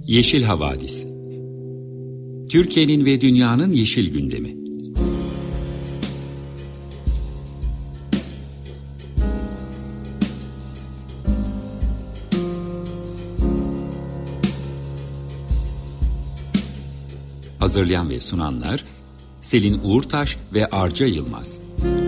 Yeşil Havadis. Türkiye'nin ve dünyanın yeşil gündemi. Hazırlayan ve sunanlar Selin Uğurtaş ve Arca Yılmaz.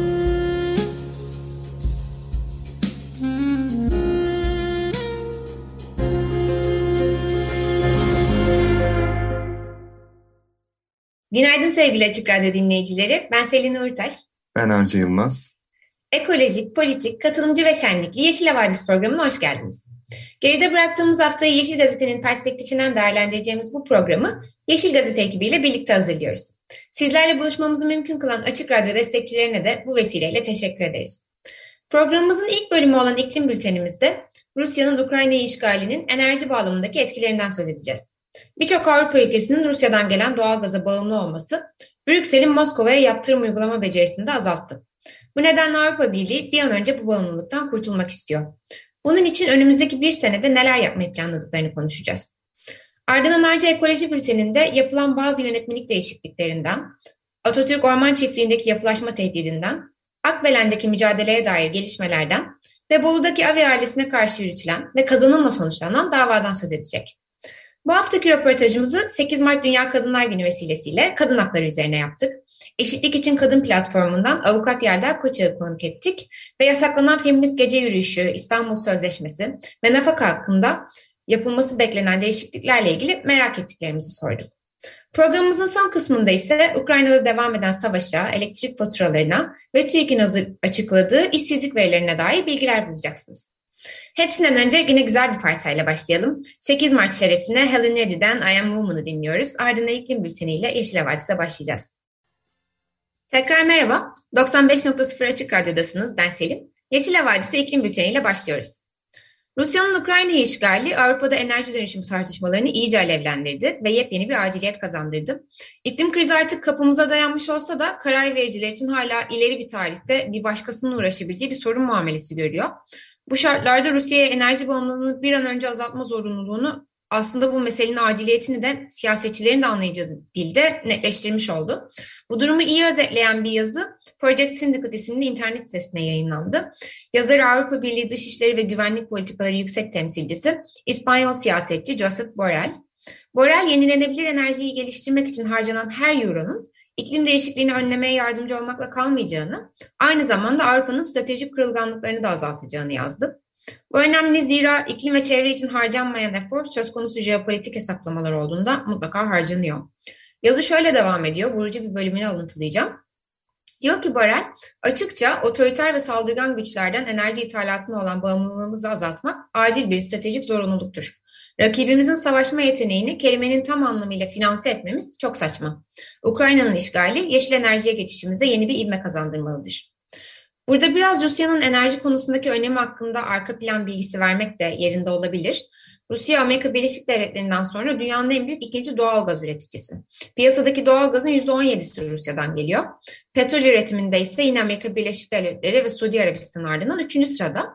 Günaydın sevgili Açık Radyo dinleyicileri. Ben Selin Uğurtaş. Ben Arca Yılmaz. Ekolojik, politik, katılımcı ve şenlikli Yeşil Havadis programına hoş geldiniz. Geride bıraktığımız haftayı Yeşil Gazete'nin perspektifinden değerlendireceğimiz bu programı Yeşil Gazete ekibiyle birlikte hazırlıyoruz. Sizlerle buluşmamızı mümkün kılan Açık Radyo destekçilerine de bu vesileyle teşekkür ederiz. Programımızın ilk bölümü olan iklim bültenimizde Rusya'nın Ukrayna'yı işgalinin enerji bağlamındaki etkilerinden söz edeceğiz. Birçok Avrupa ülkesinin Rusya'dan gelen doğalgaza bağımlı olması, Brüksel'in Moskova'ya yaptırım uygulama becerisini de azalttı. Bu nedenle Avrupa Birliği bir an önce bu bağımlılıktan kurtulmak istiyor. Bunun için önümüzdeki bir senede neler yapmayı planladıklarını konuşacağız. Ardından Arca Ekoloji Bülteni'nde yapılan bazı yönetmelik değişikliklerinden, Atatürk Orman Çiftliği'ndeki yapılaşma tehdidinden, Akbelen'deki mücadeleye dair gelişmelerden ve Bolu'daki Avi ailesine karşı yürütülen ve kazanımla sonuçlanan davadan söz edecek. Bu haftaki röportajımızı 8 Mart Dünya Kadınlar Günü vesilesiyle kadın hakları üzerine yaptık. Eşitlik İçin Kadın platformundan Avukat Yelda Koçak'ı konuk ettik ve yasaklanan feminist gece yürüyüşü, İstanbul Sözleşmesi ve nafaka hakkında yapılması beklenen değişikliklerle ilgili merak ettiklerimizi sorduk. Programımızın son kısmında ise Ukrayna'da devam eden savaşa, elektrik faturalarına ve TÜİK'in açıkladığı işsizlik verilerine dair bilgiler bulacaksınız. Hepsinden önce güne güzel bir parçayla başlayalım. 8 Mart şerefine Helen Reddy'den I Am Woman'ı dinliyoruz. Ardından iklim bülteniyle Yeşil Havadis'e başlayacağız. Tekrar merhaba. 95.0 Açık Radyo'dasınız. Ben Selin. Yeşil Havadis'e iklim bülteniyle başlıyoruz. Rusya'nın Ukrayna'yı işgali Avrupa'da enerji dönüşüm tartışmalarını iyice alevlendirdi ve yepyeni bir aciliyet kazandırdı. İklim krizi artık kapımıza dayanmış olsa da karar vericiler için hala ileri bir tarihte bir başkasının uğraşabileceği bir sorun muamelesi görüyor. Bu şartlarda Rusya'ya enerji bağımlılığını bir an önce azaltma zorunluluğunu aslında bu meselenin aciliyetini de siyasetçilerin de anlayacağı dilde netleştirmiş oldu. Bu durumu iyi özetleyen bir yazı Project Syndicate isimli internet sitesine yayınlandı. Yazarı Avrupa Birliği Dışişleri ve Güvenlik Politikaları Yüksek Temsilcisi İspanyol siyasetçi Josep Borrell. Borrell yenilenebilir enerjiyi geliştirmek için harcanan her euronun iklim değişikliğini önlemeye yardımcı olmakla kalmayacağını, aynı zamanda Avrupa'nın stratejik kırılganlıklarını da azaltacağını yazdı. Bu önemli zira iklim ve çevre için harcanmayan efor söz konusu jeopolitik hesaplamalar olduğunda mutlaka harcanıyor. Yazı şöyle devam ediyor, vurucu bir bölümünü alıntılayacağım. Diyor ki Borrell, açıkça otoriter ve saldırgan güçlerden enerji ithalatına olan bağımlılığımızı azaltmak acil bir stratejik zorunluluktur. Rakibimizin savaşma yeteneğini kelimenin tam anlamıyla finanse etmemiz çok saçma. Ukrayna'nın işgali yeşil enerjiye geçişimize yeni bir ivme kazandırmalıdır. Burada biraz Rusya'nın enerji konusundaki önemi hakkında arka plan bilgisi vermek de yerinde olabilir. Rusya, Amerika Birleşik Devletleri'nden sonra dünyanın en büyük ikinci doğal gaz üreticisi. Piyasadaki doğal gazın %17'si Rusya'dan geliyor. Petrol üretiminde ise yine Amerika Birleşik Devletleri ve Suudi Arabistan ardından 3. sırada.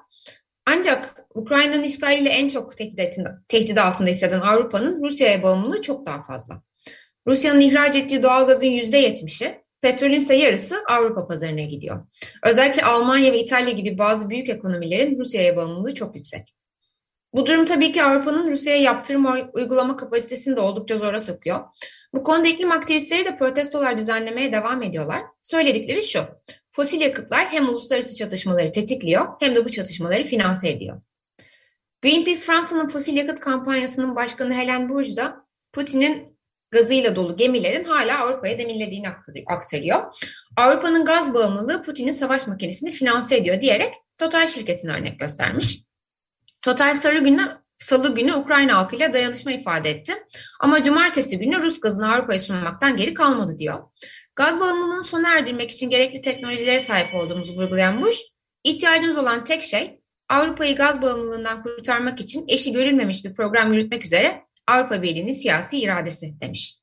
Ancak Ukrayna'nın işgaliyle en çok tehdit altında hisseden Avrupa'nın Rusya'ya bağımlılığı çok daha fazla. Rusya'nın ihraç ettiği doğalgazın %70'i, petrolün ise yarısı Avrupa pazarına gidiyor. Özellikle Almanya ve İtalya gibi bazı büyük ekonomilerin Rusya'ya bağımlılığı çok yüksek. Bu durum tabii ki Avrupa'nın Rusya'ya yaptırım uygulama kapasitesini de oldukça zora sokuyor. Bu konuda iklim aktivistleri de protestolar düzenlemeye devam ediyorlar. Söyledikleri şu, fosil yakıtlar hem uluslararası çatışmaları tetikliyor hem de bu çatışmaları finanse ediyor. Greenpeace Fransa'nın fosil yakıt kampanyasının başkanı Hélène Bourge da Putin'in gazıyla dolu gemilerin hala Avrupa'ya demirlediğini aktarıyor. Avrupa'nın gaz bağımlılığı Putin'in savaş makinesini finanse ediyor diyerek Total şirketini örnek göstermiş. Total Salı günü Ukrayna halkıyla dayanışma ifade etti. Ama cumartesi günü Rus gazını Avrupa'ya sunmaktan geri kalmadı diyor. Gaz bağımlılığını sona erdirmek için gerekli teknolojilere sahip olduğumuzu vurgulayan Bush, ihtiyacımız olan tek şey Avrupa'yı gaz bağımlılığından kurtarmak için eşi görülmemiş bir program yürütmek üzere Avrupa Birliği'nin siyasi iradesi demiş.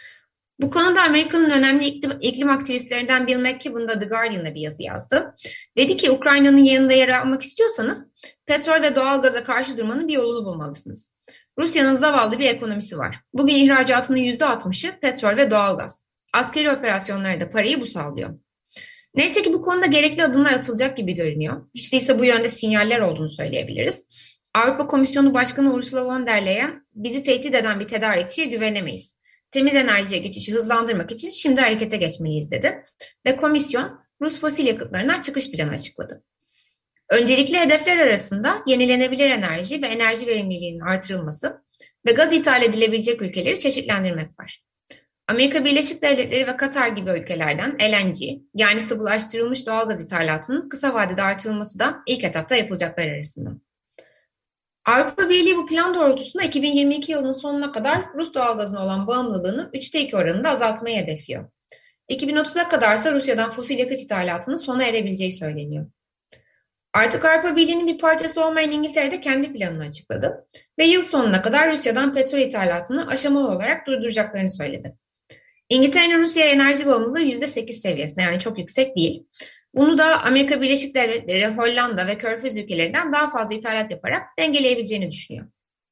Bu konuda Amerika'nın önemli iklim aktivistlerinden Bill McKibben da The Guardian'da bir yazı yazdı. Dedi ki Ukrayna'nın yanında yer almak istiyorsanız petrol ve doğalgaza karşı durmanın bir yolunu bulmalısınız. Rusya'nın zavallı bir ekonomisi var. Bugün ihracatının %60'ı petrol ve doğalgaz. Askeri operasyonlarda parayı bu sağlıyor. Neyse ki bu konuda gerekli adımlar atılacak gibi görünüyor. Hiç değilse bu yönde sinyaller olduğunu söyleyebiliriz. Avrupa Komisyonu Başkanı Ursula von der Leyen, bizi tehdit eden bir tedarikçiye güvenemeyiz. Temiz enerjiye geçişi hızlandırmak için şimdi harekete geçmeliyiz dedi. Ve komisyon Rus fosil yakıtlarından çıkış planı açıkladı. Öncelikli hedefler arasında yenilenebilir enerji ve enerji verimliliğinin artırılması ve gaz ithal edilebilecek ülkeleri çeşitlendirmek var. Amerika Birleşik Devletleri ve Katar gibi ülkelerden LNG yani sıvılaştırılmış doğalgaz ithalatının kısa vadede artırılması da ilk etapta yapılacaklar arasında. Avrupa Birliği bu plan doğrultusunda 2022 yılının sonuna kadar Rus doğalgazına olan bağımlılığını 3'te 2 oranında azaltmayı hedefliyor. 2030'a kadarsa Rusya'dan fosil yakıt ithalatının sona erebileceği söyleniyor. Artık Avrupa Birliği'nin bir parçası olmayan İngiltere de kendi planını açıkladı ve yıl sonuna kadar Rusya'dan petrol ithalatını aşamalı olarak durduracaklarını söyledi. İngiltere'nin Rusya'ya enerji bağımlılığı %8 seviyesinde, yani çok yüksek değil. Bunu da Amerika Birleşik Devletleri, Hollanda ve Körfez ülkelerinden daha fazla ithalat yaparak dengeleyebileceğini düşünüyor.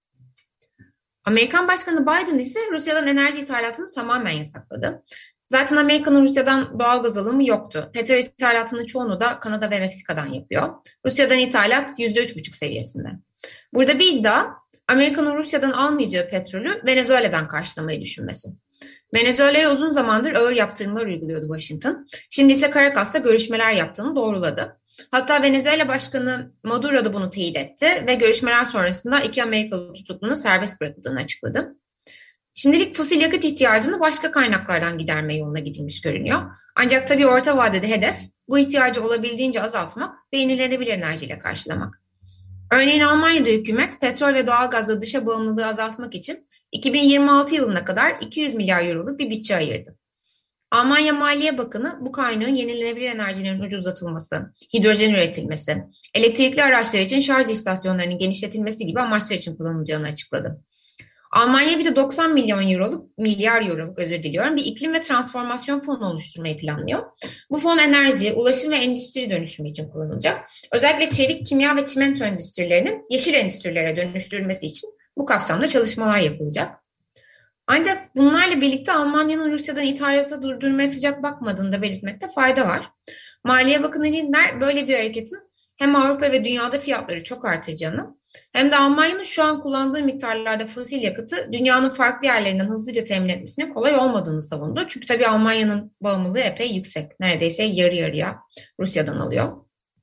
Amerikan Başkanı Biden ise Rusya'dan enerji ithalatını tamamen yasakladı. Zaten Amerika'nın Rusya'dan doğal gaz alımı yoktu. Petrol ithalatının çoğunu da Kanada ve Meksika'dan yapıyor. Rusya'dan ithalat %3,5 seviyesinde. Burada bir iddia, Amerika'nın Rusya'dan almayacağı petrolü Venezuela'dan karşılamayı düşünmesi. Venezuela'ya uzun zamandır ağır yaptırımlar uyguluyordu Washington. Şimdi ise Caracas'ta görüşmeler yaptığını doğruladı. Hatta Venezuela Başkanı Maduro da bunu teyit etti ve görüşmeler sonrasında 2 Amerikalı tutuklunun serbest bırakıldığını açıkladı. Şimdilik fosil yakıt ihtiyacını başka kaynaklardan giderme yoluna gidilmiş görünüyor. Ancak tabii orta vadede hedef bu ihtiyacı olabildiğince azaltmak ve yenilenebilir enerjiyle karşılamak. Örneğin Almanya'da hükümet petrol ve doğalgazla dışa bağımlılığı azaltmak için 2026 yılına kadar 200 milyar euroluk bir bütçe ayırdı. Almanya Maliye Bakanı bu kaynağın yenilenebilir enerjilerin ucuzlatılması, hidrojen üretilmesi, elektrikli araçlar için şarj istasyonlarının genişletilmesi gibi amaçlar için kullanılacağını açıkladı. Almanya bir de 90 milyar euroluk bir iklim ve transformasyon fonu oluşturmayı planlıyor. Bu fon enerji, ulaşım ve endüstri dönüşümü için kullanılacak. Özellikle çelik, kimya ve çimento endüstrilerinin yeşil endüstrilere dönüştürülmesi için bu kapsamda çalışmalar yapılacak. Ancak bunlarla birlikte Almanya'nın Rusya'dan ithalata durdurmaya sıcak bakmadığını da belirtmekte fayda var. Maliye Bakanı Lindner böyle bir hareketin hem Avrupa ve dünyada fiyatları çok artacağını hem de Almanya'nın şu an kullandığı miktarlarda fosil yakıtı dünyanın farklı yerlerinden hızlıca temin etmesine kolay olmadığını savundu. Çünkü tabii Almanya'nın bağımlılığı epey yüksek. Neredeyse yarı yarıya Rusya'dan alıyor.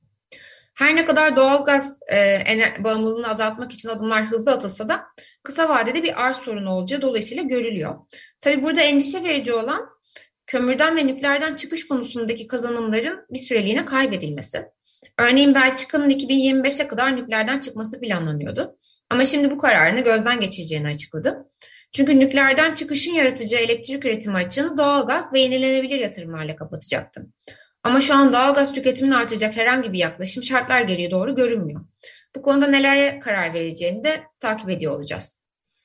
Her ne kadar doğalgaz bağımlılığını azaltmak için adımlar hızlı atılsa da kısa vadede bir arz sorunu olacağı dolayısıyla görülüyor. Tabii burada endişe verici olan kömürden ve nükleerden çıkış konusundaki kazanımların bir süreliğine kaybedilmesi. Örneğin Belçika'nın 2025'e kadar nükleerden çıkması planlanıyordu. Ama şimdi bu kararını gözden geçireceğini açıkladı. Çünkü nükleerden çıkışın yaratacağı elektrik üretimi açığını doğalgaz ve yenilenebilir yatırımlarla kapatacaktı. Ama şu an doğalgaz tüketimini artıracak herhangi bir yaklaşım şartlar gereği doğru görünmüyor. Bu konuda nelere karar vereceğini de takip ediyor olacağız.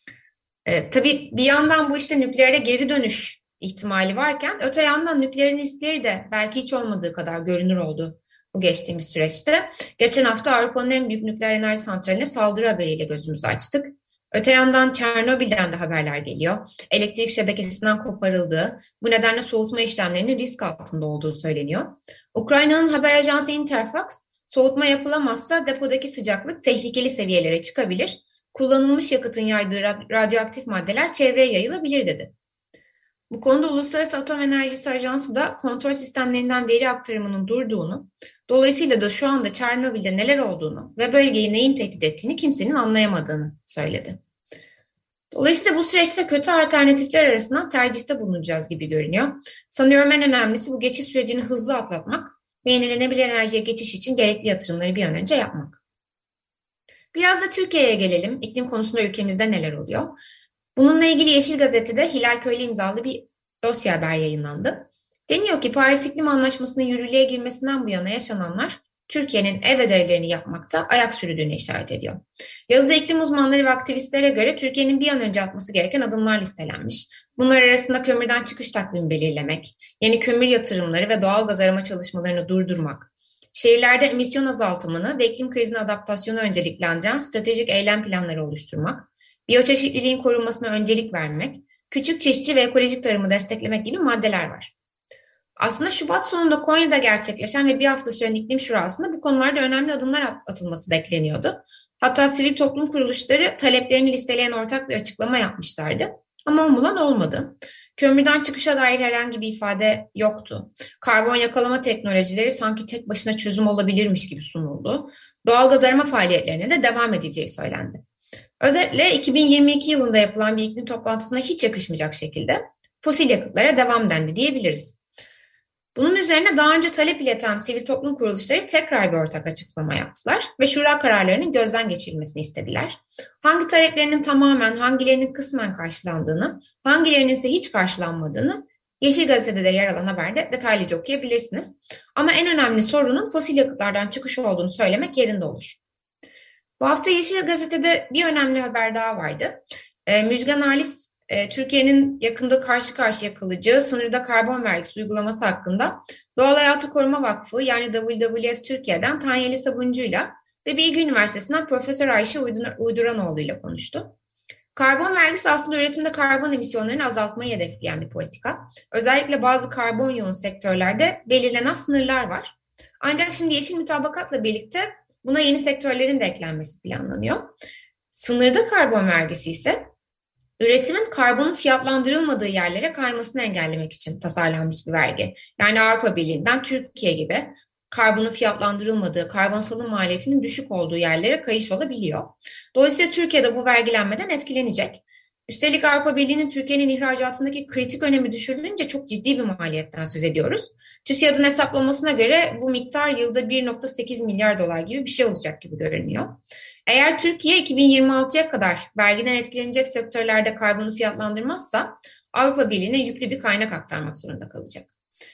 Tabii bir yandan bu işte nükleere geri dönüş ihtimali varken öte yandan nükleerin riskleri de belki hiç olmadığı kadar görünür oldu bu geçtiğimiz süreçte. Geçen hafta Avrupa'nın en büyük nükleer enerji santraline saldırı haberiyle gözümüzü açtık. Öte yandan Çernobil'den de haberler geliyor. Elektrik şebekesinden koparıldığı, bu nedenle soğutma işlemlerinin risk altında olduğu söyleniyor. Ukrayna'nın haber ajansı Interfax, soğutma yapılamazsa depodaki sıcaklık tehlikeli seviyelere çıkabilir. Kullanılmış yakıtın yaydığı radyoaktif maddeler çevreye yayılabilir dedi. Bu konuda Uluslararası Atom Enerjisi Ajansı da kontrol sistemlerinden veri aktarımının durduğunu, dolayısıyla da şu anda Çernobil'de neler olduğunu ve bölgeyi neyin tehdit ettiğini kimsenin anlayamadığını söyledi. Dolayısıyla bu süreçte kötü alternatifler arasından tercihte bulunacağız gibi görünüyor. Sanıyorum en önemlisi bu geçiş sürecini hızlı atlatmak ve yenilenebilir enerjiye geçiş için gerekli yatırımları bir an önce yapmak. Biraz da Türkiye'ye gelelim. İklim konusunda ülkemizde neler oluyor? Bununla ilgili Yeşil Gazete'de Hilal Köylü imzalı bir dosya haber yayınlandı. Deniyor ki Paris İklim Anlaşması'nın yürürlüğe girmesinden bu yana yaşananlar Türkiye'nin ev ödevlerini yapmakta ayak sürdüğünü işaret ediyor. Yazıda iklim uzmanları ve aktivistlere göre Türkiye'nin bir an önce atması gereken adımlar listelenmiş. Bunlar arasında kömürden çıkış takvimi belirlemek, yeni kömür yatırımları ve doğal gaz arama çalışmalarını durdurmak, şehirlerde emisyon azaltımını ve iklim krizine adaptasyonu önceliklendiren stratejik eylem planları oluşturmak, biyoçeşitliliğin korunmasına öncelik vermek, küçük çiftçi ve ekolojik tarımı desteklemek gibi maddeler var. Aslında Şubat sonunda Konya'da gerçekleşen ve bir hafta süren iklim şurasında bu konularda önemli adımlar atılması bekleniyordu. Hatta sivil toplum kuruluşları taleplerini listeleyen ortak bir açıklama yapmışlardı. Ama umulan olmadı. Kömürden çıkışa dair herhangi bir ifade yoktu. Karbon yakalama teknolojileri sanki tek başına çözüm olabilirmiş gibi sunuldu. Doğalgaz arama faaliyetlerine de devam edeceği söylendi. Özetle 2022 yılında yapılan bir iklim toplantısına hiç yakışmayacak şekilde fosil yakıtlara devam dendi diyebiliriz. Bunun üzerine daha önce talep ileten sivil toplum kuruluşları tekrar bir ortak açıklama yaptılar ve şura kararlarının gözden geçirilmesini istediler. Hangi taleplerinin tamamen, hangilerinin kısmen karşılandığını, hangilerinin ise hiç karşılanmadığını Yeşil Gazete'de de yer alan haberde detaylıca okuyabilirsiniz. Ama en önemli sorunun fosil yakıtlardan çıkış olduğunu söylemek yerinde olur. Bu hafta Yeşil Gazete'de bir önemli haber daha vardı. Müjgan Alis, Türkiye'nin yakında karşı karşıya kalacağı sınırda karbon vergisi uygulaması hakkında Doğal Hayatı Koruma Vakfı yani WWF Türkiye'den Tanyeli Sabuncu'yla ve Bilgi Üniversitesi'nden Profesör Ayşe Uyduranoğlu'yla konuştu. Karbon vergisi aslında üretimde karbon emisyonlarını azaltmayı hedefleyen bir politika. Özellikle bazı karbon yoğun sektörlerde belirlenen sınırlar var. Ancak şimdi yeşil mutabakatla birlikte buna yeni sektörlerin de eklenmesi planlanıyor. Sınırda karbon vergisi ise üretimin karbonun fiyatlandırılmadığı yerlere kaymasını engellemek için tasarlanmış bir vergi. Yani Avrupa Birliği'nden Türkiye gibi karbonun fiyatlandırılmadığı, karbon salım maliyetinin düşük olduğu yerlere kayış olabiliyor. Dolayısıyla Türkiye'de bu vergilenmeden etkilenecek. Üstelik Avrupa Birliği'nin Türkiye'nin ihracatındaki kritik önemi düşürülünce çok ciddi bir maliyetten söz ediyoruz. TÜSİAD'ın hesaplamasına göre bu miktar yılda 1,8 milyar dolar gibi bir şey olacak gibi görünüyor. Eğer Türkiye 2026'ya kadar vergiden etkilenecek sektörlerde karbonu fiyatlandırmazsa Avrupa Birliği'ne yüklü bir kaynak aktarmak zorunda kalacak.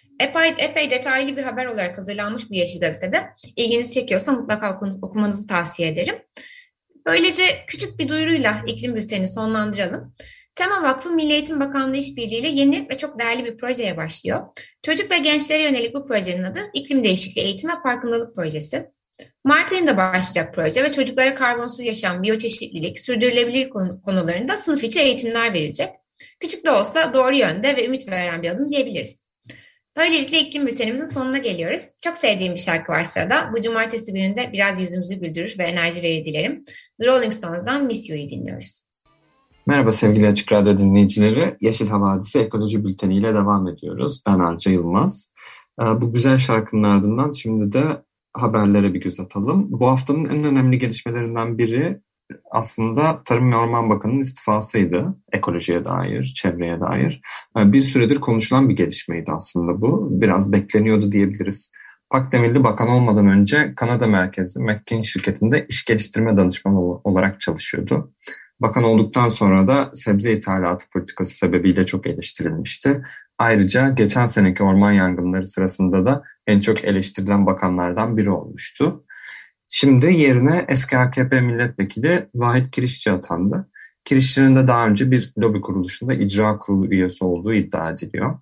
Epey detaylı bir haber olarak hazırlanmış bu Yeşil Gazete'de. İlginizi çekiyorsa mutlaka okumanızı tavsiye ederim. Böylece küçük bir duyuruyla iklim bültenini sonlandıralım. Tema Vakfı Milli Eğitim Bakanlığı işbirliğiyle yeni ve çok değerli bir projeye başlıyor. Çocuk ve gençlere yönelik bu projenin adı İklim Değişikliği Eğitim ve Farkındalık Projesi. Mart ayında başlayacak proje ve çocuklara karbonsuz yaşam, biyoçeşitlilik, sürdürülebilir konularında sınıf içi eğitimler verilecek. Küçük de olsa doğru yönde ve ümit veren bir adım diyebiliriz. Böylelikle iklim bültenimizin sonuna geliyoruz. Çok sevdiğim bir şarkı var sırada. Bu cumartesi gününde biraz yüzümüzü güldürür ve enerji verir dilerim. The Rolling Stones'dan Miss You'yu dinliyoruz. Merhaba sevgili Açık Radyo dinleyicileri. Yeşil Havadisi Ekoloji Bülteni ile devam ediyoruz. Ben Arca Yılmaz. Bu güzel şarkının ardından şimdi de haberlere bir göz atalım. Bu haftanın en önemli gelişmelerinden biri aslında Tarım ve Orman Bakanı'nın istifasıydı. Ekolojiye dair, çevreye dair. Bir süredir konuşulan bir gelişmeydi aslında bu. Biraz bekleniyordu diyebiliriz. Pakdemirli bakan olmadan önce Kanada merkezli McKinsey şirketinde iş geliştirme danışmanı olarak çalışıyordu. Bakan olduktan sonra da sebze ithalatı politikası sebebiyle çok eleştirilmişti. Ayrıca geçen seneki orman yangınları sırasında da en çok eleştirilen bakanlardan biri olmuştu. Şimdi yerine eski AKP milletvekili Vahit Kirişçi atandı. Kirişçi'nin de daha önce bir lobi kuruluşunda icra kurulu üyesi olduğu iddia ediliyor.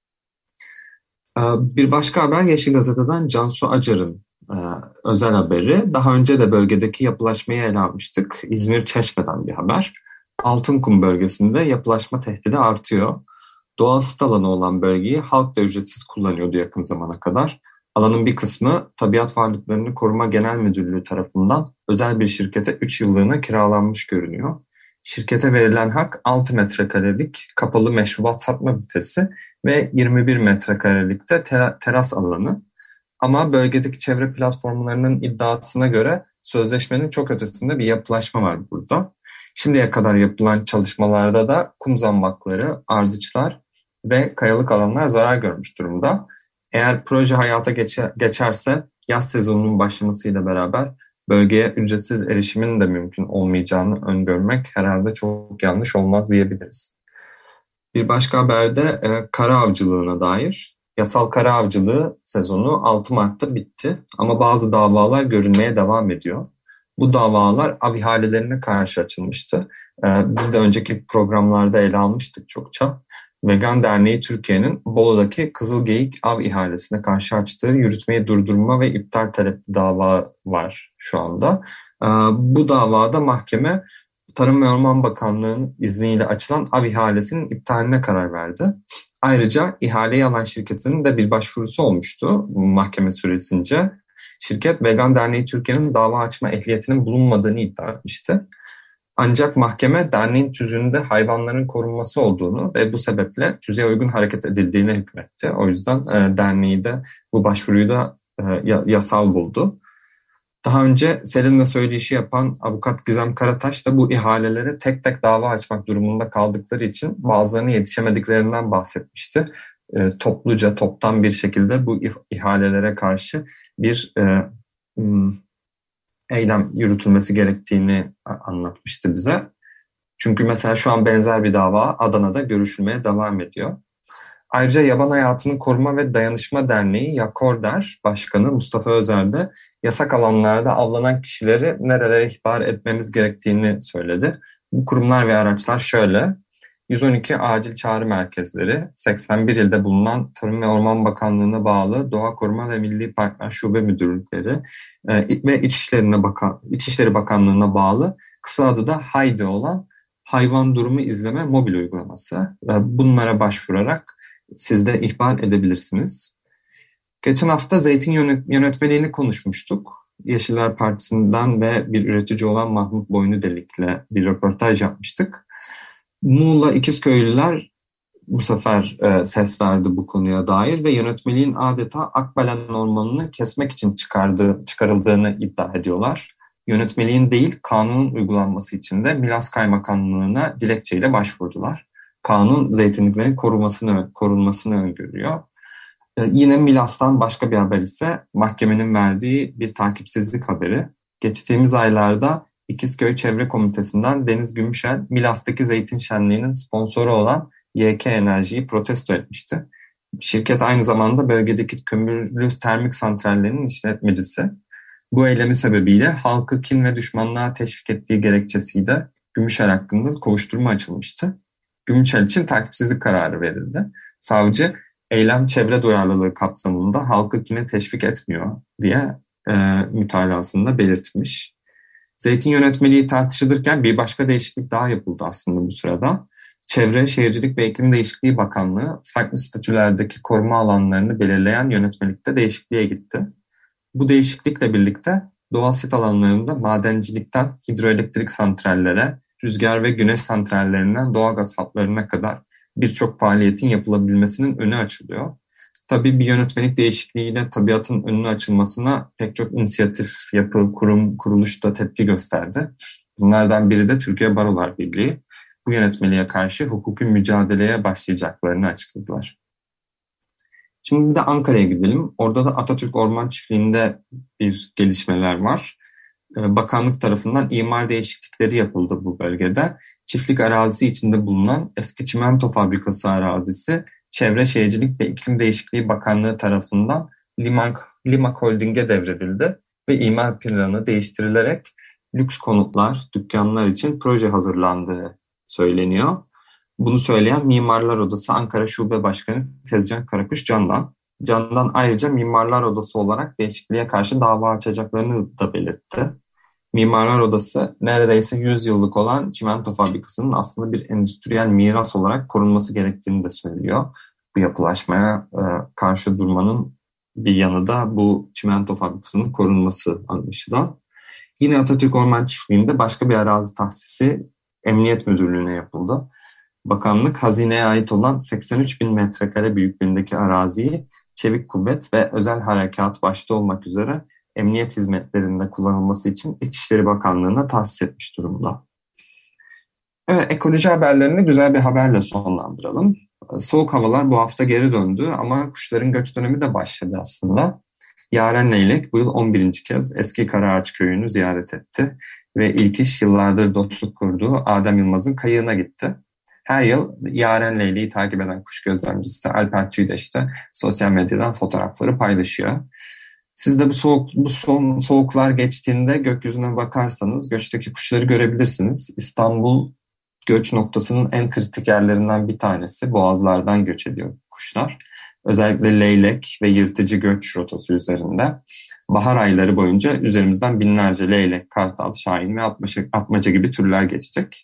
Bir başka haber Yeşil Gazete'den Cansu Acar'ın özel haberi. Daha önce de bölgedeki yapılaşmayı ele almıştık. İzmir Çeşme'den bir haber. Altınkum bölgesinde yapılaşma tehdidi artıyor. Doğal sit alanı olan bölgeyi halk da ücretsiz kullanıyordu yakın zamana kadar. Alanın bir kısmı Tabiat Varlıklarını Koruma Genel Müdürlüğü tarafından özel bir şirkete 3 yıllığına kiralanmış görünüyor. Şirkete verilen hak 6 metrekarelik kapalı meşrubat satma vitesi ve 21 metrekarelik de teras alanı. Ama bölgedeki çevre platformlarının iddiasına göre sözleşmenin çok ötesinde bir yapılaşma var burada. Şimdiye kadar yapılan çalışmalarda da kum zambakları, ardıçlar ve kayalık alanlar zarar görmüş durumda. Eğer proje hayata geçerse yaz sezonunun başlamasıyla beraber bölgeye ücretsiz erişimin de mümkün olmayacağını öngörmek herhalde çok yanlış olmaz diyebiliriz. Bir başka haberde kara avcılığına dair. Yasal kara avcılığı sezonu 6 Mart'ta bitti ama bazı davalar görülmeye devam ediyor. Bu davalar av ihalelerine karşı açılmıştı. Biz de önceki programlarda ele almıştık çokça. Vegan Derneği Türkiye'nin Bolu'daki Kızılgeyik av ihalesine karşı açtığı yürütmeyi durdurma ve iptal talepli dava var şu anda. Bu davada mahkeme Tarım ve Orman Bakanlığı'nın izniyle açılan av ihalesinin iptaline karar verdi. Ayrıca ihaleyi alan şirketinin de bir başvurusu olmuştu mahkeme süresince. Şirket Vegan Derneği Türkiye'nin dava açma ehliyetinin bulunmadığını iddia etmişti. Ancak mahkeme derneğin tüzüğünde hayvanların korunması olduğunu ve bu sebeple tüzüğe uygun hareket edildiğine hükmetti. O yüzden derneği de bu başvuruyu da yasal buldu. Daha önce Selin'le söyleşi yapan avukat Gizem Karataş da bu ihalelere tek tek dava açmak durumunda kaldıkları için bazılarına yetişemediklerinden bahsetmişti. Topluca, toptan bir şekilde bu ihalelere karşı bir eylem yürütülmesi gerektiğini anlatmıştı bize. Çünkü mesela şu an benzer bir dava Adana'da görüşülmeye devam ediyor. Ayrıca Yaban Hayatını Koruma ve Dayanışma Derneği Yakorder Başkanı Mustafa Özer de yasak alanlarda avlanan kişileri nerelere ihbar etmemiz gerektiğini söyledi. Bu kurumlar ve araçlar şöyle: 112 acil çağrı merkezleri, 81 ilde bulunan Tarım ve Orman Bakanlığı'na bağlı Doğa Koruma ve Milli Parklar Şube Müdürlükleri ve İçişleri Bakanlığı'na bağlı kısa adı da HAYDI olan Hayvan Durumu İzleme mobil uygulaması. Bunlara başvurarak siz de ihbar edebilirsiniz. Geçen hafta zeytin yönetmeliğini konuşmuştuk. Yeşiller Partisi'nden ve bir üretici olan Mahmut Boynudelik'le bir röportaj yapmıştık. Muğla İkizköylüler bu sefer ses verdi bu konuya dair ve yönetmeliğin adeta Akbelen Ormanı'nı kesmek için çıkarıldığını iddia ediyorlar. Yönetmeliğin değil, kanunun uygulanması için de Milas Kaymakamlığı'na dilekçeyle başvurdular. Kanun zeytinliklerin korunmasını öngörüyor. Yine Milas'tan başka bir haber ise mahkemenin verdiği bir takipsizlik haberi. Geçtiğimiz aylarda İkizköy Çevre Komitesi'nden Deniz Gümüşel, Milas'taki zeytin şenliğinin sponsoru olan YK Enerji'yi protesto etmişti. Şirket aynı zamanda bölgedeki kömürlü termik santrallerinin işletmecisi. Bu eylemi sebebiyle halkı kin ve düşmanlığa teşvik ettiği gerekçesiyle Gümüşel hakkında kovuşturma açılmıştı. Gümüşel için takipsizlik kararı verildi. Savcı, eylem çevre duyarlılığı kapsamında halkı kine teşvik etmiyor diye mütalasında belirtmiş. Zeytin yönetmeliği tartışılırken bir başka değişiklik daha yapıldı aslında bu sırada. Çevre, Şehircilik ve İklim Değişikliği Bakanlığı farklı statülerdeki koruma alanlarını belirleyen yönetmelikte değişikliğe gitti. Bu değişiklikle birlikte doğal sit alanlarında madencilikten hidroelektrik santrallere, rüzgar ve güneş santrallerinden doğalgaz hatlarına kadar birçok faaliyetin yapılabilmesinin önü açılıyor. Tabii bir yönetmelik değişikliğiyle tabiatın önünü açılmasına pek çok inisiyatif, yapı, kurum, kuruluş da tepki gösterdi. Bunlardan biri de Türkiye Barolar Birliği. Bu yönetmeliğe karşı hukuki mücadeleye başlayacaklarını açıkladılar. Şimdi bir de Ankara'ya gidelim. Orada da Atatürk Orman Çiftliği'nde bir gelişmeler var. Bakanlık tarafından imar değişiklikleri yapıldı bu bölgede. Çiftlik arazisi içinde bulunan eski çimento fabrikası arazisi Çevre, Şehircilik ve İklim Değişikliği Bakanlığı tarafından Limak Holding'e devredildi ve imar planı değiştirilerek lüks konutlar, dükkanlar için proje hazırlandığı söyleniyor. Bunu söyleyen Mimarlar Odası Ankara Şube Başkanı Tezcan Karakuş Candan. Candan ayrıca Mimarlar Odası olarak değişikliğe karşı dava açacaklarını da belirtti. Mimarlar Odası neredeyse 100 yıllık olan çimento fabrikasının aslında bir endüstriyel miras olarak korunması gerektiğini de söylüyor. Bu yapılaşmaya karşı durmanın bir yanı da bu çimento fabrikasının korunması anlaşılan. Yine Atatürk Orman Çiftliği'nde başka bir arazi tahsisi Emniyet Müdürlüğü'ne yapıldı. Bakanlık hazineye ait olan 83 bin metrekare büyüklüğündeki araziyi çevik kuvvet ve özel harekat başta olmak üzere emniyet hizmetlerinde kullanılması için İçişleri Bakanlığı'na tahsis etmiş durumda. Evet, ekoloji haberlerini güzel bir haberle sonlandıralım. Soğuk havalar bu hafta geri döndü ama kuşların göç dönemi de başladı aslında. Yaren Leylek bu yıl 11. kez Eski Karaağaç Köyü'nü ziyaret etti ve ilk iş yıllardır dostluk kurduğu Adem Yılmaz'ın kayığına gitti. Her yıl Yaren Leylek'i takip eden kuş gözlemcisi Alper Tüydeş de sosyal medyadan fotoğrafları paylaşıyor. Siz de bu son soğuklar geçtiğinde gökyüzüne bakarsanız göçteki kuşları görebilirsiniz. İstanbul göç noktasının en kritik yerlerinden bir tanesi. Boğazlardan göç ediyor kuşlar. Özellikle leylek ve yırtıcı göç rotası üzerinde bahar ayları boyunca üzerimizden binlerce leylek, kartal, şahin ve atmaca gibi türler geçecek.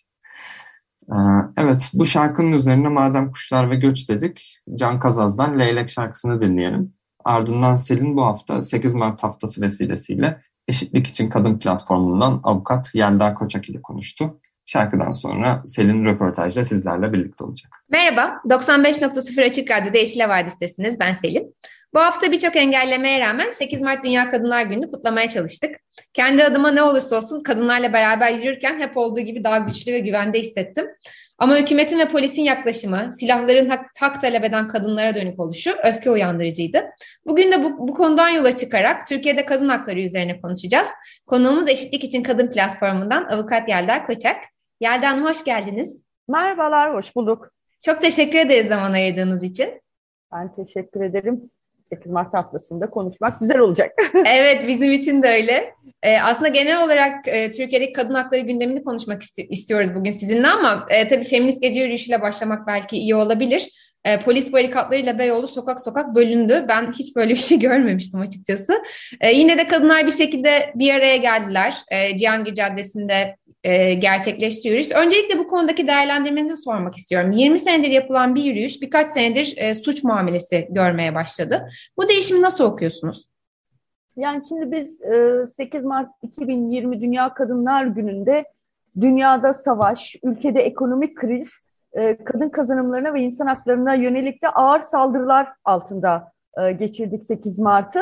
Evet, bu şarkının üzerine madem kuşlar ve göç dedik, Can Kazaz'dan Leylek şarkısını dinleyelim. Ardından Selin bu hafta 8 Mart haftası vesilesiyle Eşitlik İçin Kadın platformundan avukat Yelda Koçak ile konuştu. Şarkıdan sonra Selin röportajda sizlerle birlikte olacak. Merhaba, 95.0 Açık Radyo'da Yeşil Havadis'tesiniz. Ben Selin. Bu hafta birçok engellemeye rağmen 8 Mart Dünya Kadınlar Günü'nü kutlamaya çalıştık. Kendi adıma ne olursa olsun kadınlarla beraber yürürken hep olduğu gibi daha güçlü ve güvende hissettim. Ama hükümetin ve polisin yaklaşımı, silahların hak talep eden kadınlara dönük oluşu öfke uyandırıcıydı. Bugün de bu konudan yola çıkarak Türkiye'de kadın hakları üzerine konuşacağız. Konuğumuz Eşitlik İçin Kadın platformundan avukat Yelda Koçak. Yelda Hanım hoş geldiniz. Merhabalar, hoş bulduk. Çok teşekkür ederiz zaman ayırdığınız için. Ben teşekkür ederim. 8 Mart haftasında konuşmak güzel olacak. Evet, bizim için de öyle. Aslında genel olarak Türkiye'deki kadın hakları gündemini konuşmak istiyoruz bugün sizinle ama tabii feminist gece yürüyüşüyle başlamak belki iyi olabilir. Polis barikatlarıyla Beyoğlu sokak sokak bölündü. Ben hiç böyle bir şey görmemiştim açıkçası. Yine de kadınlar bir şekilde bir araya geldiler. Cihangir Caddesi'nde gerçekleşti yürüyüş. Öncelikle bu konudaki değerlendirmenizi sormak istiyorum. 20 senedir yapılan bir yürüyüş birkaç senedir suç muamelesi görmeye başladı. Bu değişimi nasıl okuyorsunuz? Yani şimdi biz 8 Mart 2020 Dünya Kadınlar Günü'nde dünyada savaş, ülkede ekonomik kriz, kadın kazanımlarına ve insan haklarına yönelik de ağır saldırılar altında geçirdik 8 Mart'ı.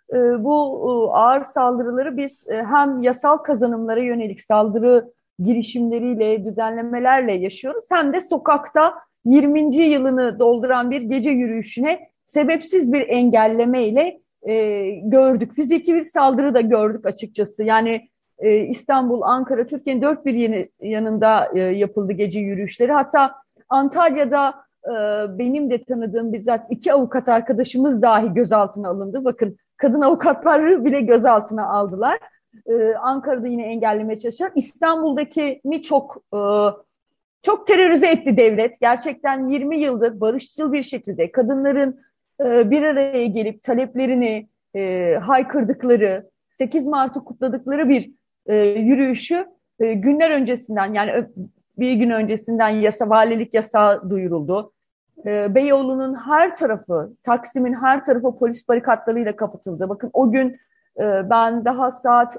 Bu ağır saldırıları biz hem yasal kazanımlara yönelik saldırı girişimleriyle, düzenlemelerle yaşıyoruz. Hem de sokakta 20. yılını dolduran bir gece yürüyüşüne sebepsiz bir engellemeyle gördük. Fiziki bir saldırı da gördük açıkçası. Yani İstanbul, Ankara, Türkiye'nin dört bir yanında yapıldı gece yürüyüşleri. Hatta Antalya'da benim de tanıdığım bizzat 2 avukat arkadaşımız dahi gözaltına alındı. Bakın kadın avukatları bile gözaltına aldılar. Ankara'da yine engellemeye çalıştılar. İstanbul'dakini çok terörize etti devlet. Gerçekten 20 yıldır barışçıl bir şekilde kadınların bir araya gelip taleplerini haykırdıkları, 8 Mart'ı kutladıkları bir yürüyüşü günler öncesinden, yani bir gün öncesinden valilik yasağı duyuruldu. Beyoğlu'nun her tarafı, Taksim'in her tarafı polis barikatlarıyla kapatıldı. Bakın o gün ben daha saat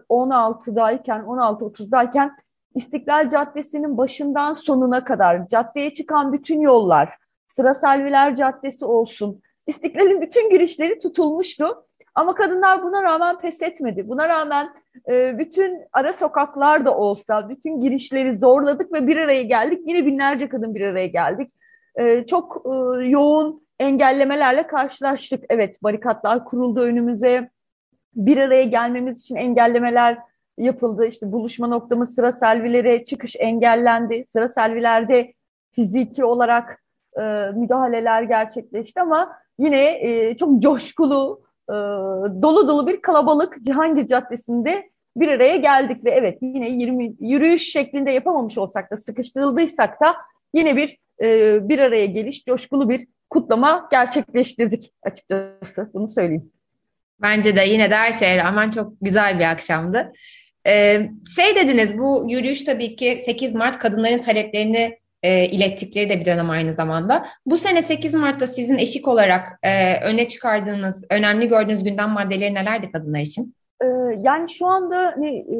16.30'dayken İstiklal Caddesi'nin başından sonuna kadar caddeye çıkan bütün yollar, Sıra Selviler Caddesi olsun, İstiklal'in bütün girişleri tutulmuştu. Ama kadınlar buna rağmen pes etmedi. Buna rağmen bütün ara sokaklarda olsa bütün girişleri zorladık ve bir araya geldik. Yine binlerce kadın bir araya geldik. Çok yoğun engellemelerle karşılaştık. Evet, barikatlar kuruldu önümüze. Bir araya gelmemiz için engellemeler yapıldı. İşte buluşma noktamız Sıra Selvilere çıkış engellendi. Sıra Selvilerde fiziki olarak müdahaleler gerçekleşti ama yine çok coşkulu, dolu dolu bir kalabalık Cihangir Caddesi'nde bir araya geldik ve evet yine 20 yürüyüş şeklinde yapamamış olsak da sıkıştırıldıysak da yine bir araya geliş, coşkulu bir kutlama gerçekleştirdik açıkçası. Bunu söyleyeyim. Bence de yine de her şeye rağmen çok güzel bir akşamdı. Dediniz, bu yürüyüş tabii ki 8 Mart kadınların taleplerini ilettikleri de bir dönem aynı zamanda. Bu sene 8 Mart'ta sizin eşik olarak öne çıkardığınız, önemli gördüğünüz gündem maddeleri nelerdi kadınlar için? Yani şu anda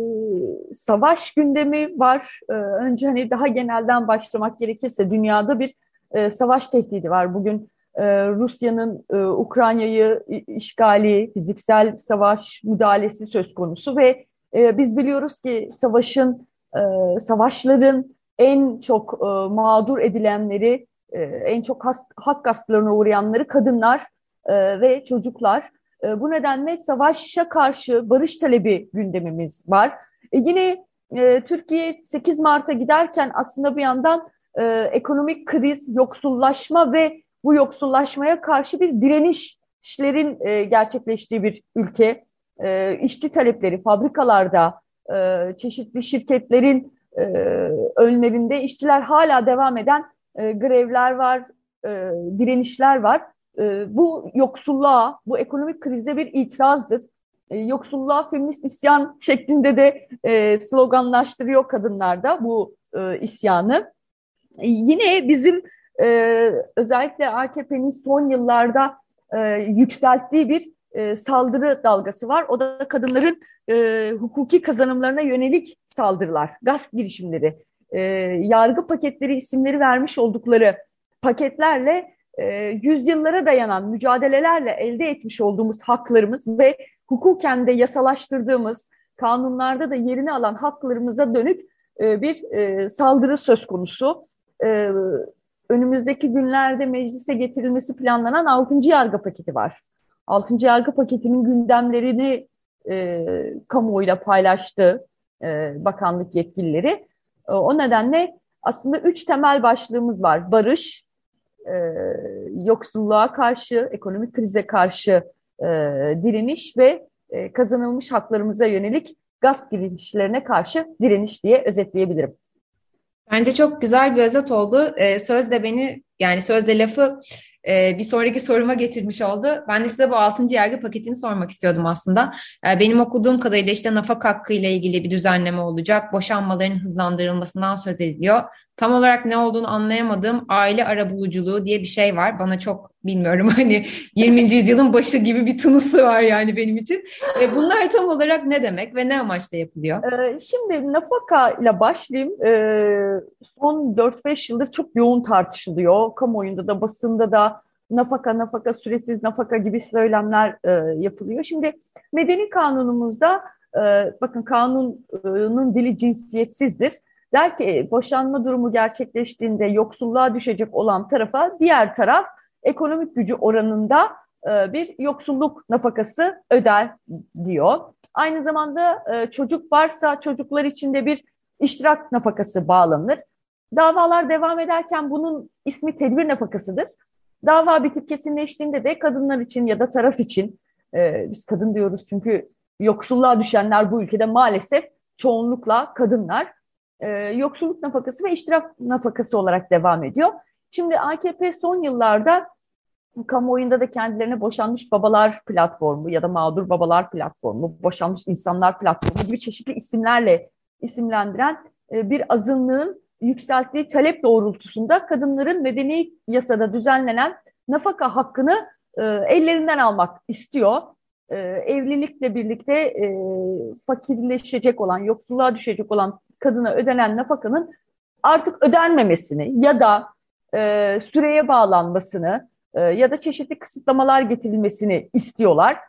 savaş gündemi var. Önce daha genelden başlamak gerekirse dünyada bir savaş tehdidi var. Bugün Rusya'nın Ukrayna'yı işgali, fiziksel savaş müdahalesi söz konusu ve biz biliyoruz ki savaşların en çok mağdur edilenleri, en çok hak gasplarına uğrayanları kadınlar ve çocuklar. Bu nedenle savaşa karşı barış talebi gündemimiz var. Yine Türkiye 8 Mart'a giderken aslında bir yandan ekonomik kriz, yoksullaşma ve bu yoksullaşmaya karşı bir direnişlerin gerçekleştiği bir ülke. İşçi talepleri fabrikalarda, çeşitli şirketlerin önlerinde işçiler hala devam eden grevler var, direnişler var. bu yoksulluğa, bu ekonomik krize bir itirazdır. Yoksulluğa feminist isyan şeklinde de sloganlaştırıyor kadınlar da bu isyanı. Yine bizim özellikle AKP'nin son yıllarda yükselttiği bir saldırı dalgası var. O da kadınların hukuki kazanımlarına yönelik saldırılar, gasp girişimleri, yargı paketleri isimleri vermiş oldukları paketlerle yüzyıllara dayanan mücadelelerle elde etmiş olduğumuz haklarımız ve hukuken de yasalaştırdığımız, kanunlarda da yerini alan haklarımıza dönük bir saldırı söz konusu. Önümüzdeki günlerde meclise getirilmesi planlanan 6. yargı paketi var. 6. yargı paketinin gündemlerini kamuoyuyla paylaştı bakanlık yetkilileri. O nedenle aslında 3 temel başlığımız var. Barış, yoksulluğa karşı, ekonomik krize karşı direniş ve kazanılmış haklarımıza yönelik gasp girişlerine karşı direniş diye özetleyebilirim. Bence çok güzel bir özet oldu. Söz de beni, yani sözde lafı bir sonraki soruma getirmiş oldu. Ben de size bu 6. yargı paketini sormak istiyordum aslında. Benim okuduğum kadarıyla işte nafaka hakkı ile ilgili bir düzenleme olacak. Boşanmaların hızlandırılmasından söz ediliyor. Tam olarak ne olduğunu anlayamadığım aile arabuluculuğu diye bir şey var. Bana çok, bilmiyorum, hani 20. yüzyılın başı gibi bir tınısı var yani benim için. Bunlar tam olarak ne demek ve ne amaçla yapılıyor? Şimdi nafaka ile başlayayım. Son 4-5 yıldır çok yoğun tartışılıyor. Kamuoyunda da, basında da nafaka, süresiz nafaka gibi söylemler yapılıyor. Şimdi medeni kanunumuzda, bakın kanunun dili cinsiyetsizdir. Der ki boşanma durumu gerçekleştiğinde yoksulluğa düşecek olan tarafa diğer taraf ekonomik gücü oranında bir yoksulluk nafakası öder diyor. Aynı zamanda çocuk varsa çocuklar için de bir iştirak nafakası bağlanır. Davalar devam ederken bunun ismi tedbir nafakasıdır. Dava bitip kesinleştiğinde de kadınlar için ya da taraf için, biz kadın diyoruz çünkü yoksulluğa düşenler bu ülkede maalesef çoğunlukla kadınlar, yoksulluk nafakası ve iştirak nafakası olarak devam ediyor. Şimdi AKP son yıllarda kamuoyunda da kendilerine boşanmış babalar platformu ya da mağdur babalar platformu, boşanmış insanlar platformu gibi çeşitli isimlerle isimlendiren bir azınlığın yükselttiği talep doğrultusunda kadınların medeni yasada düzenlenen nafaka hakkını ellerinden almak istiyor. Evlilikle birlikte fakirleşecek olan, yoksulluğa düşecek olan kadına ödenen nafakanın artık ödenmemesini ya da süreye bağlanmasını ya da çeşitli kısıtlamalar getirilmesini istiyorlar.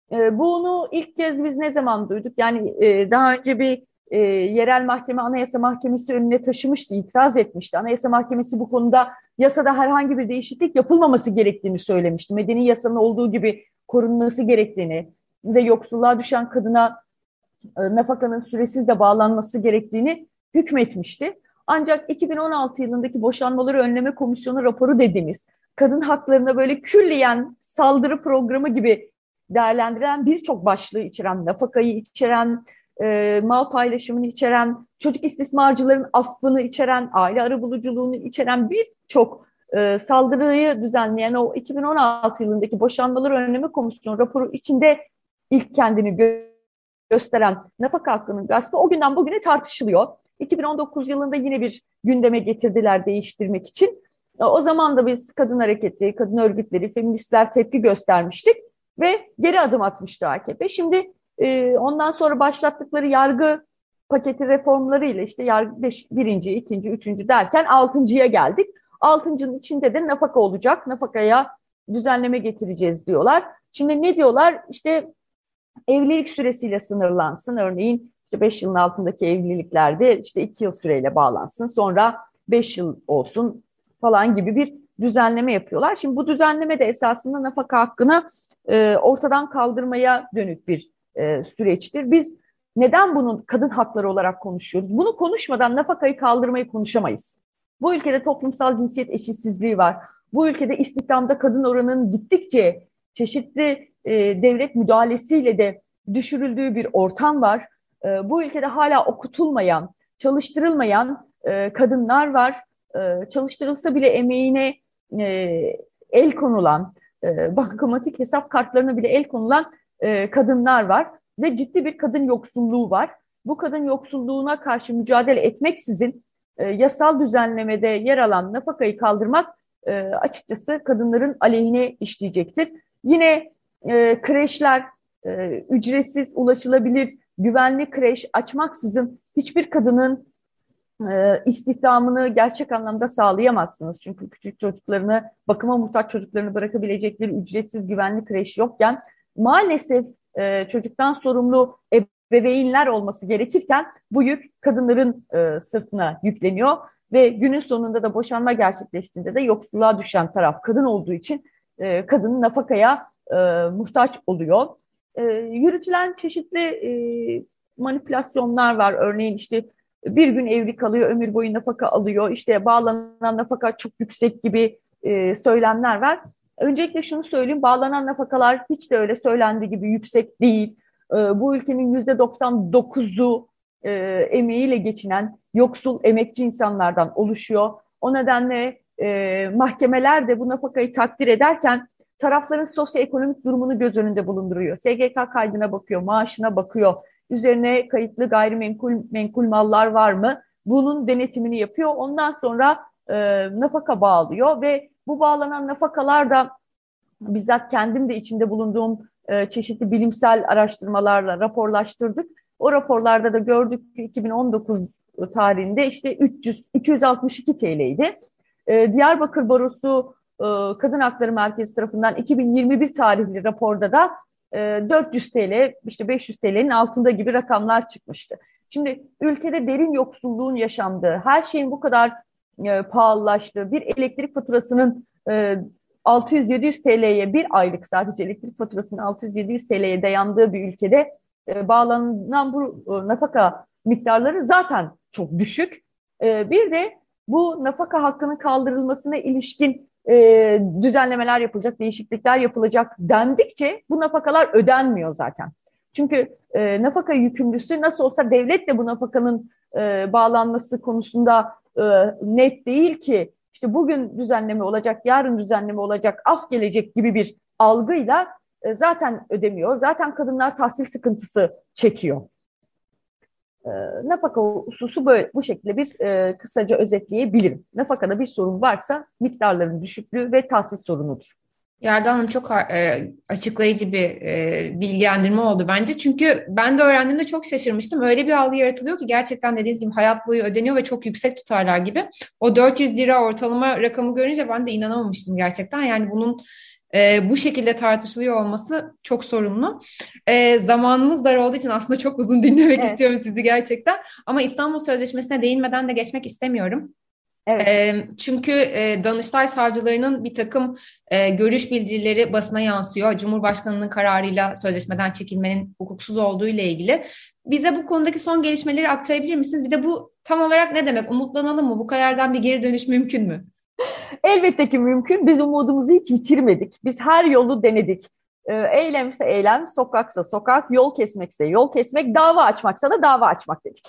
Bunu ilk kez biz ne zaman duyduk? Yani daha önce bir yerel mahkeme Anayasa Mahkemesi önüne taşımıştı, itiraz etmişti. Anayasa Mahkemesi bu konuda yasada herhangi bir değişiklik yapılmaması gerektiğini söylemişti. Medeni yasanın olduğu gibi korunması gerektiğini ve yoksulluğa düşen kadına nafakanın süresiz de bağlanması gerektiğini hükmetmişti. Ancak 2016 yılındaki Boşanmaları Önleme Komisyonu raporu dediğimiz kadın haklarına böyle külliyen saldırı programı gibi değerlendirilen birçok başlığı içeren, nafakayı içeren, mal paylaşımını içeren, çocuk istismarcıların affını içeren, aile arabuluculuğunu içeren birçok saldırıyı düzenleyen o 2016 yılındaki Boşanmaları Önleme Komisyonu raporu içinde ilk kendini gösteren nafaka hakkının gaspı o günden bugüne tartışılıyor. 2019 yılında yine bir gündeme getirdiler değiştirmek için. O zaman da biz kadın hareketi, kadın örgütleri, feministler tepki göstermiştik ve geri adım atmıştı AKP. Şimdi ondan sonra başlattıkları yargı paketi reformlarıyla işte yargı 1. 2. 3. derken 6.'ya geldik. 6.'nın içinde de nafaka olacak. Nafakaya düzenleme getireceğiz diyorlar. Şimdi ne diyorlar? İşte evlilik süresiyle sınırlansın. Örneğin işte 5 yılın altındaki evliliklerde işte 2 yıl süreyle bağlansın. Sonra 5 yıl olsun falan gibi bir düzenleme yapıyorlar. Şimdi bu düzenleme de esasında nafaka hakkını ortadan kaldırmaya dönük bir süreçtir. Biz neden bunu kadın hakları olarak konuşuyoruz? Bunu konuşmadan nafakayı kaldırmayı konuşamayız. Bu ülkede toplumsal cinsiyet eşitsizliği var. Bu ülkede istihdamda kadın oranının gittikçe çeşitli devlet müdahalesiyle de düşürüldüğü bir ortam var. Bu ülkede hala okutulmayan, çalıştırılmayan kadınlar var. Çalıştırılsa bile emeğine el konulan, bankamatik hesap kartlarına bile el konulan kadınlar var ve ciddi bir kadın yoksulluğu var. Bu kadın yoksulluğuna karşı mücadele etmeksizin yasal düzenlemede yer alan nafakayı kaldırmak açıkçası kadınların aleyhine işleyecektir. Yine kreşler, ücretsiz, ulaşılabilir, güvenli kreş açmaksızın hiçbir kadının istihdamını gerçek anlamda sağlayamazsınız. Çünkü küçük çocuklarını, bakıma muhtaç çocuklarını bırakabilecekleri ücretsiz güvenli kreş yokken maalesef çocuktan sorumlu ebeveynler olması gerekirken bu yük kadınların sırtına yükleniyor ve günün sonunda da boşanma gerçekleştiğinde de yoksulluğa düşen taraf kadın olduğu için kadının nafakaya muhtaç oluyor. Yürütülen çeşitli manipülasyonlar var. Örneğin işte bir gün evli kalıyor, ömür boyu nafaka alıyor, işte bağlanan nafaka çok yüksek gibi söylemler var. Öncelikle şunu söyleyeyim, bağlanan nafakalar hiç de öyle söylendiği gibi yüksek değil. Bu ülkenin %99'u emeğiyle geçinen yoksul emekçi insanlardan oluşuyor. O nedenle mahkemeler de bu nafakayı takdir ederken tarafların sosyoekonomik durumunu göz önünde bulunduruyor. SGK kaydına bakıyor, maaşına bakıyor. Üzerine kayıtlı gayrimenkul mallar var mı? Bunun denetimini yapıyor. Ondan sonra nafaka bağlıyor ve bu bağlanan nafakalar da bizzat kendim de içinde bulunduğum çeşitli bilimsel araştırmalarla raporlaştırdık. O raporlarda da gördük ki 2019 tarihinde işte 262 TL'ydi. Diyarbakır Barosu Kadın Hakları Merkezi tarafından 2021 tarihli raporda da 400 TL, işte 500 TL'nin altında gibi rakamlar çıkmıştı. Şimdi ülkede derin yoksulluğun yaşandığı, her şeyin bu kadar pahalılaştığı, bir elektrik faturasının 600-700 TL'ye bir aylık sadece elektrik faturasının 600-700 TL'ye dayandığı bir ülkede bağlanan bu nafaka miktarları zaten çok düşük. Bir de bu nafaka hakkının kaldırılmasına ilişkin düzenlemeler yapılacak, değişiklikler yapılacak dendikçe bu nafakalar ödenmiyor zaten. Çünkü nafaka yükümlüsü nasıl olsa devlet de bu nafakanın bağlanması konusunda net değil ki işte bugün düzenleme olacak, yarın düzenleme olacak, af gelecek gibi bir algıyla zaten ödemiyor. Zaten kadınlar tahsil sıkıntısı çekiyor. Nafaka hususu böyle, bu şekilde bir kısaca özetleyebilirim. Nafakada bir sorun varsa miktarların düşüklüğü ve tahsil sorunudur. Yelda Hanım çok açıklayıcı bir bilgilendirme oldu bence. Çünkü ben de öğrendiğimde çok şaşırmıştım. Öyle bir algı yaratılıyor ki gerçekten dediğiniz gibi hayat boyu ödeniyor ve çok yüksek tutarlar gibi. O 400 lira ortalama rakamı görünce ben de inanamamıştım gerçekten. Yani bunun bu şekilde tartışılıyor olması çok sorunlu. Zamanımız dar olduğu için aslında çok uzun dinlemek istiyorum sizi gerçekten. Ama İstanbul Sözleşmesi'ne değinmeden de geçmek istemiyorum. Evet. Çünkü Danıştay savcılarının bir takım görüş bildirileri basına yansıyor. Cumhurbaşkanının kararıyla sözleşmeden çekilmenin hukuksuz olduğu ile ilgili. Bize bu konudaki son gelişmeleri aktarabilir misiniz? Bir de bu tam olarak ne demek? Umutlanalım mı? Bu karardan bir geri dönüş mümkün mü? Elbette ki mümkün. Biz umudumuzu hiç yitirmedik. Biz her yolu denedik. Eylemse eylem, sokaksa sokak, yol kesmekse yol kesmek, dava açmaksa da dava açmak dedik.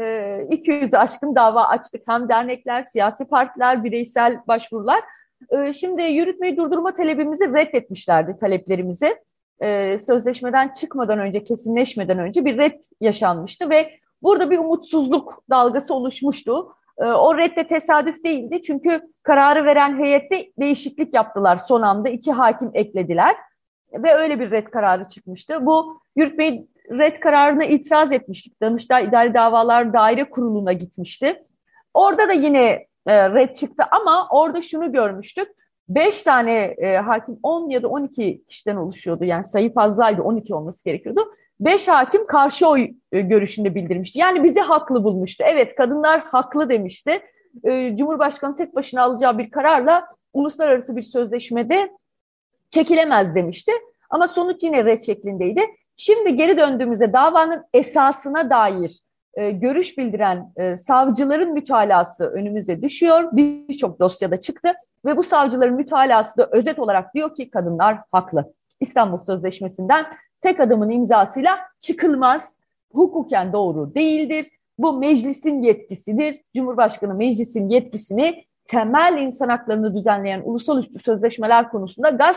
200'ü aşkın dava açtık. Hem dernekler, siyasi partiler, bireysel başvurular. Şimdi yürütmeyi durdurma talebimizi reddetmişlerdi, taleplerimizi. Sözleşmeden çıkmadan önce, kesinleşmeden önce bir red yaşanmıştı ve burada bir umutsuzluk dalgası oluşmuştu. O red de tesadüf değildi çünkü kararı veren heyette değişiklik yaptılar. Son anda 2 hakim eklediler ve öyle bir red kararı çıkmıştı. Bu yürütmeyi red kararına itiraz etmiştik. Danıştay İdari Davalar Daire Kurulu'na gitmişti. Orada da yine red çıktı ama orada şunu görmüştük. 5 tane hakim, 10 ya da 12 kişiden oluşuyordu. Yani sayı fazlaydı, 12 olması gerekiyordu. 5 hakim karşı oy görüşünde bildirmişti. Yani bizi haklı bulmuştu. Evet, kadınlar haklı demişti. Cumhurbaşkanı tek başına alacağı bir kararla uluslararası bir sözleşmede çekilemez demişti. Ama sonuç yine red şeklindeydi. Şimdi geri döndüğümüzde davanın esasına dair görüş bildiren savcıların mütalası önümüze düşüyor. Birçok dosyada çıktı ve bu savcıların mütalası da özet olarak diyor ki kadınlar haklı. İstanbul Sözleşmesi'nden tek adamın imzasıyla çıkılmaz, hukuken doğru değildir. Bu meclisin yetkisidir. Cumhurbaşkanı meclisin yetkisini temel insan haklarını düzenleyen uluslararası sözleşmeler konusunda gasp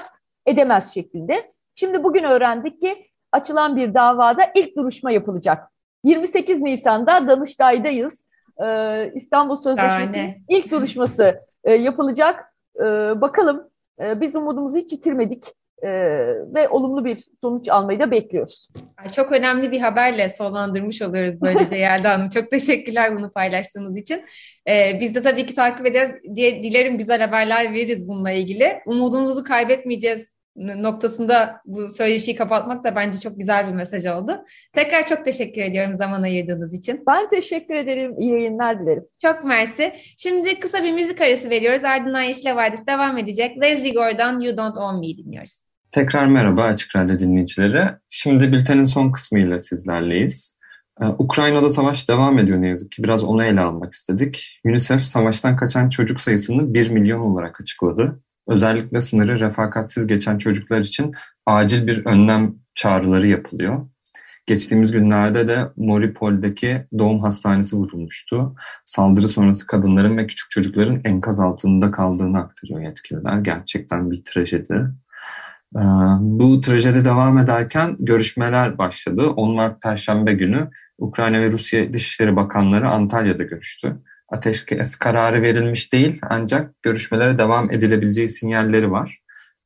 edemez şeklinde. Şimdi bugün öğrendik ki açılan bir davada ilk duruşma yapılacak. 28 Nisan'da Danıştay'dayız. İstanbul Sözleşmesi'nin ilk duruşması yapılacak. Bakalım, biz umudumuzu hiç yitirmedik ve olumlu bir sonuç almayı da bekliyoruz. Çok önemli bir haberle sonlandırmış oluyoruz böylece Yelda Hanım. Çok teşekkürler bunu paylaştığınız için. Biz de tabii ki takip ederiz. Dilerim güzel haberler veririz bununla ilgili. Umudumuzu kaybetmeyeceğiz noktasında bu söyleşiyi kapatmak da bence çok güzel bir mesaj oldu. Tekrar çok teşekkür ediyorum zaman ayırdığınız için. Ben teşekkür ederim. İyi yayınlar dilerim. Çok mersi. Şimdi kısa bir müzik arası veriyoruz. Ardından Yeşil Havadis devam edecek. Leslie Gore'dan You Don't Own Me dinliyoruz. Tekrar merhaba Açık Radyo dinleyicileri. Şimdi bültenin son kısmıyla sizlerleyiz. Ukrayna'da savaş devam ediyor ne yazık ki. Biraz onu ele almak istedik. UNICEF savaştan kaçan çocuk sayısını 1 milyon olarak açıkladı. Özellikle sınırı refakatsiz geçen çocuklar için acil bir önlem çağrıları yapılıyor. Geçtiğimiz günlerde de Mariupol'deki doğum hastanesi vurulmuştu. Saldırı sonrası kadınların ve küçük çocukların enkaz altında kaldığını aktarıyor yetkililer. Gerçekten bir trajedi. Bu trajedi devam ederken görüşmeler başladı. 10 Mart Perşembe günü Ukrayna ve Rusya Dışişleri Bakanları Antalya'da görüştü. Ateşkes kararı verilmiş değil ancak görüşmelere devam edilebileceği sinyalleri var.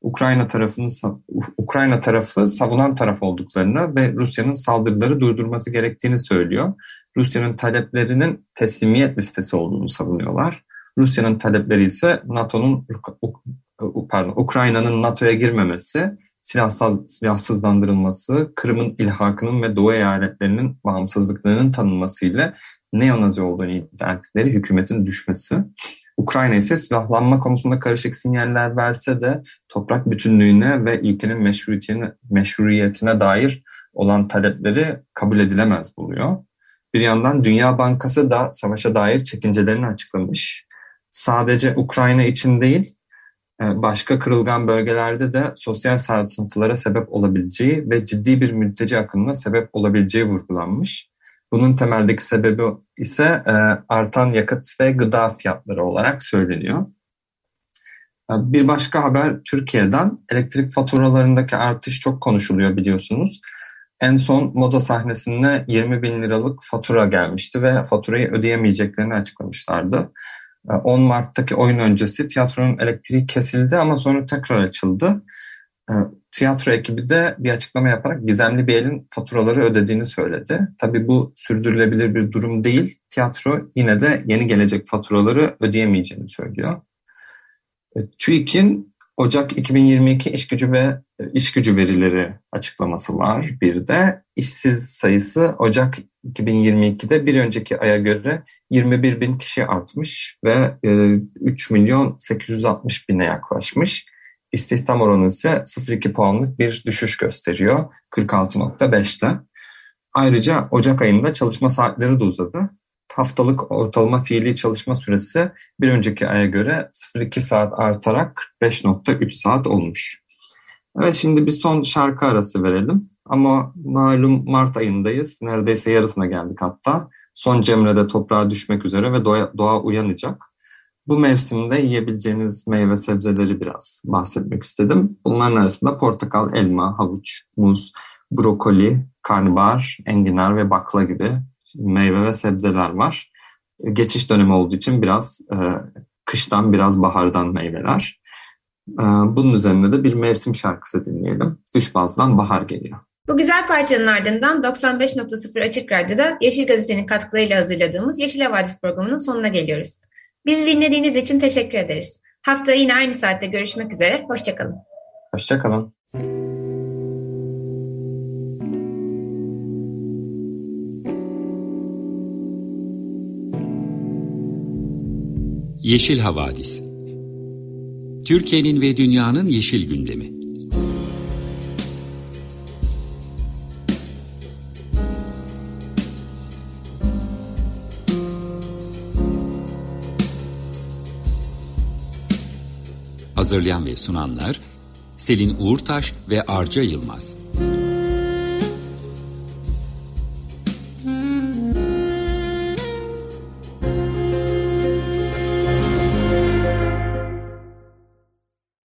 Ukrayna tarafı savunan taraf olduklarını ve Rusya'nın saldırıları durdurması gerektiğini söylüyor. Rusya'nın taleplerinin teslimiyet listesi olduğunu savunuyorlar. Rusya'nın talepleri ise Ukrayna'nın NATO'ya girmemesi, silahsızlandırılması, Kırım'ın ilhakının ve Doğu eyaletlerinin bağımsızlıklarının tanınmasıyla neonazi olduğunu iddia ettikleri hükümetin düşmesi. Ukrayna ise silahlanma konusunda karışık sinyaller verse de toprak bütünlüğüne ve ülkenin meşruiyetine dair olan talepleri kabul edilemez buluyor. Bir yandan Dünya Bankası da savaşa dair çekincelerini açıklamış. Sadece Ukrayna için değil, başka kırılgan bölgelerde de sosyal sarsıntılara sebep olabileceği ve ciddi bir mülteci akınına sebep olabileceği vurgulanmış. Bunun temeldeki sebebi ise artan yakıt ve gıda fiyatları olarak söyleniyor. Bir başka haber Türkiye'den. Elektrik faturalarındaki artış çok konuşuluyor biliyorsunuz. En son moda sahnesine 20 bin liralık fatura gelmişti ve faturayı ödeyemeyeceklerini açıklamışlardı. 10 Mart'taki oyun öncesi tiyatronun elektriği kesildi ama sonra tekrar açıldı. Tiyatro ekibi de bir açıklama yaparak gizemli bir elin faturaları ödediğini söyledi. Tabii bu sürdürülebilir bir durum değil. Tiyatro yine de yeni gelecek faturaları ödeyemeyeceğini söylüyor. TÜİK'in Ocak 2022 işgücü verileri açıklaması var. Bir de işsiz sayısı Ocak 2022'de bir önceki aya göre 21 bin kişi artmış ve 3 milyon 860 bine yaklaşmış. İstihdam oranı ise 0,2 puanlık bir düşüş gösteriyor 46,5'te. Ayrıca Ocak ayında çalışma saatleri de uzadı. Haftalık ortalama fiili çalışma süresi bir önceki aya göre 0,2 saat artarak 45,3 saat olmuş. Evet, şimdi bir son şarkı arası verelim. Ama malum Mart ayındayız. Neredeyse yarısına geldik hatta. Son cemrede toprağa düşmek üzere ve doğa uyanacak. Bu mevsimde yiyebileceğiniz meyve sebzeleri biraz bahsetmek istedim. Bunların arasında portakal, elma, havuç, muz, brokoli, karnabahar, enginar ve bakla gibi meyve ve sebzeler var. Geçiş dönemi olduğu için biraz kıştan biraz bahardan meyveler. Bunun üzerine de bir mevsim şarkısı dinleyelim. Düşbaz'dan Bahar geliyor. Bu güzel parçanın ardından 95.0 Açık Radyo'da Yeşil Gazete'nin katkılarıyla hazırladığımız Yeşil Havadis programının sonuna geliyoruz. Bizi dinlediğiniz için teşekkür ederiz. Haftaya yine aynı saatte görüşmek üzere. Hoşçakalın. Hoşçakalın. Yeşil Havadis. Türkiye'nin ve dünyanın yeşil gündemi. Hazırlayan ve sunanlar Selin Uğurtaş ve Arca Yılmaz.